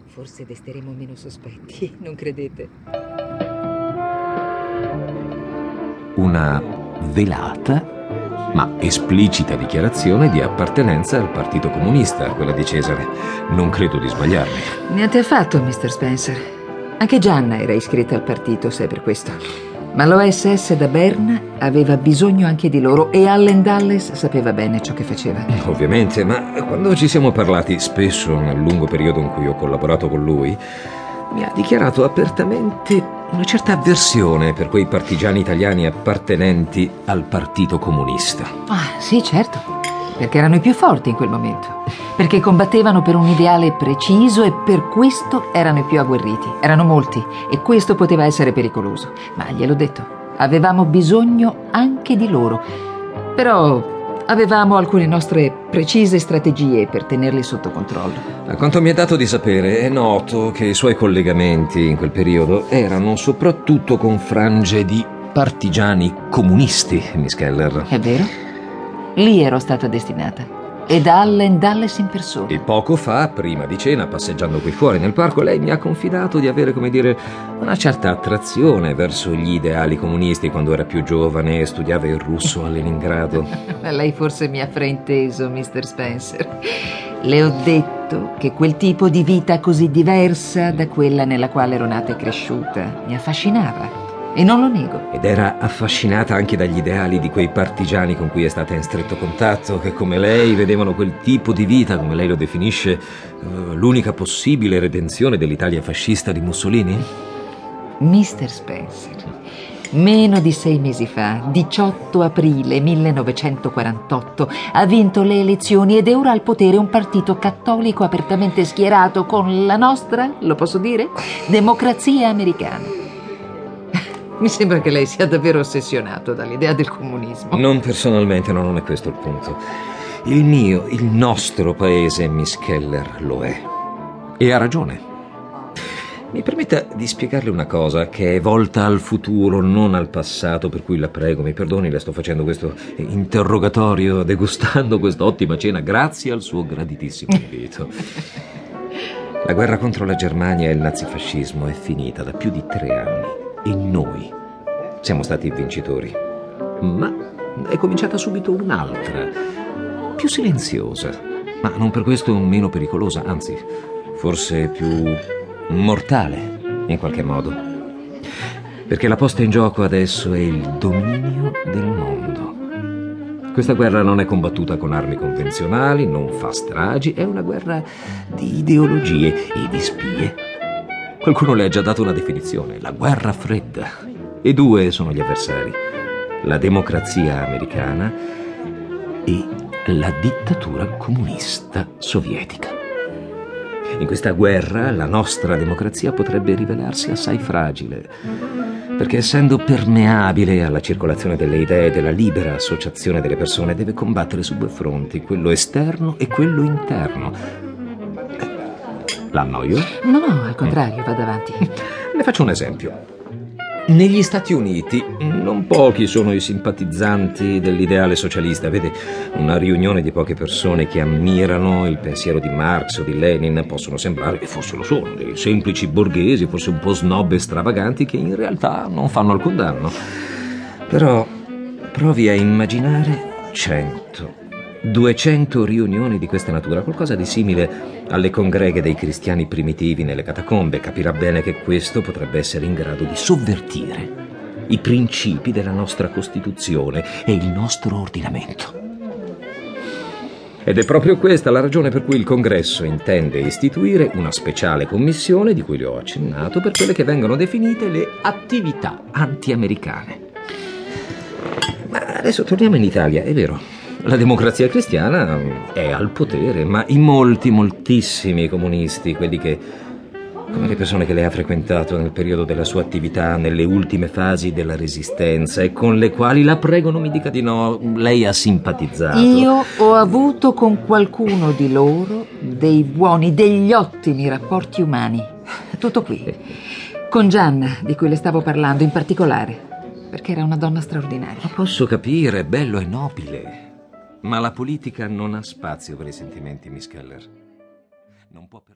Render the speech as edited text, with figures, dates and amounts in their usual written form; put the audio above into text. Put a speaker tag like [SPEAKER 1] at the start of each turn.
[SPEAKER 1] Forse desteremo meno sospetti, non credete?
[SPEAKER 2] Una velata ma esplicita dichiarazione di appartenenza al Partito Comunista, quella di Cesare. Non credo di sbagliarmi.
[SPEAKER 1] Niente affatto, Mr. Spencer. Anche Gianna era iscritta al partito, se è per questo. Ma l'OSS da Berna aveva bisogno anche di loro e Allen Dulles sapeva bene ciò che faceva.
[SPEAKER 2] Ovviamente, ma quando ci siamo parlati spesso nel lungo periodo in cui ho collaborato con lui, mi ha dichiarato apertamente una certa avversione per quei partigiani italiani appartenenti al Partito Comunista.
[SPEAKER 1] Ah, sì, certo, perché erano i più forti in quel momento, perché combattevano per un ideale preciso e per questo erano i più agguerriti. Erano molti e questo poteva essere pericoloso, ma gliel'ho detto, avevamo bisogno anche di loro. Però avevamo alcune nostre precise strategie per tenerli sotto controllo.
[SPEAKER 2] A quanto mi è dato di sapere, è noto che i suoi collegamenti in quel periodo erano soprattutto con frange di partigiani comunisti, Miss Keller.
[SPEAKER 1] È vero? Lì ero stata destinata. Ed Allen Dulles in persona.
[SPEAKER 2] E poco fa, prima di cena, passeggiando qui fuori nel parco, lei mi ha confidato di avere, come dire, una certa attrazione verso gli ideali comunisti quando era più giovane e studiava il russo a Leningrado.
[SPEAKER 1] Ma lei forse mi ha frainteso, Mr. Spencer. Le ho detto che quel tipo di vita così diversa da quella nella quale ero nata e cresciuta mi affascinava. E non lo nego.
[SPEAKER 2] Ed era affascinata anche dagli ideali di quei partigiani con cui è stata in stretto contatto, che come lei vedevano quel tipo di vita, come lei lo definisce, l'unica possibile redenzione dell'Italia fascista di Mussolini?
[SPEAKER 1] Mr. Spencer, meno di 6 mesi fa, 18 aprile 1948, ha vinto le elezioni ed è ora al potere un partito cattolico apertamente schierato con la nostra, lo posso dire, democrazia americana. Mi sembra che lei sia davvero ossessionato dall'idea del comunismo.
[SPEAKER 2] Non personalmente, no, non è questo il punto. Il nostro paese, Miss Keller, lo è. E ha ragione. Mi permetta di spiegarle una cosa che è volta al futuro, non al passato, per cui la prego, mi perdoni, le sto facendo questo interrogatorio, degustando questa ottima cena, grazie al suo graditissimo invito. La guerra contro la Germania e il nazifascismo è finita da più di 3 anni. E noi siamo stati i vincitori. Ma è cominciata subito un'altra, più silenziosa, ma non per questo meno pericolosa, anzi, forse più mortale in qualche modo. Perché la posta in gioco adesso è il dominio del mondo. Questa guerra non è combattuta con armi convenzionali, non fa stragi, è una guerra di ideologie e di spie. Qualcuno le ha già dato una definizione, la guerra fredda. E 2 sono gli avversari, la democrazia americana e la dittatura comunista sovietica. In questa guerra la nostra democrazia potrebbe rivelarsi assai fragile, perché essendo permeabile alla circolazione delle idee e della libera associazione delle persone, deve combattere su 2 fronti, quello esterno e quello interno. L'annoio?
[SPEAKER 1] No, al contrario, vado avanti.
[SPEAKER 2] Ne faccio un esempio. Negli Stati Uniti non pochi sono i simpatizzanti dell'ideale socialista. Vede, una riunione di poche persone che ammirano il pensiero di Marx o di Lenin possono sembrare, e forse lo sono, dei semplici borghesi, forse un po' snob e stravaganti, che in realtà non fanno alcun danno. Però provi a immaginare 100, 200 riunioni di questa natura, qualcosa di simile alle congreghe dei cristiani primitivi nelle catacombe. Capirà bene che questo potrebbe essere in grado di sovvertire i principi della nostra Costituzione e il nostro ordinamento. Ed è proprio questa la ragione per cui il Congresso intende istituire una speciale commissione, di cui le ho accennato, per quelle che vengono definite le attività anti-americane. Ma adesso torniamo in Italia, è vero. La democrazia cristiana è al potere, ma i moltissimi comunisti, quelli che, come le persone che lei ha frequentato nel periodo della sua attività, nelle ultime fasi della resistenza, e con le quali, la prego non mi dica di no, lei ha simpatizzato.
[SPEAKER 1] Io ho avuto con qualcuno di loro dei buoni, degli ottimi rapporti umani. Tutto qui. Con Gianna, di cui le stavo parlando, in particolare, perché era una donna straordinaria.
[SPEAKER 2] Lo posso capire, bello e nobile. Ma la politica non ha spazio per i sentimenti, Miss Keller. Non può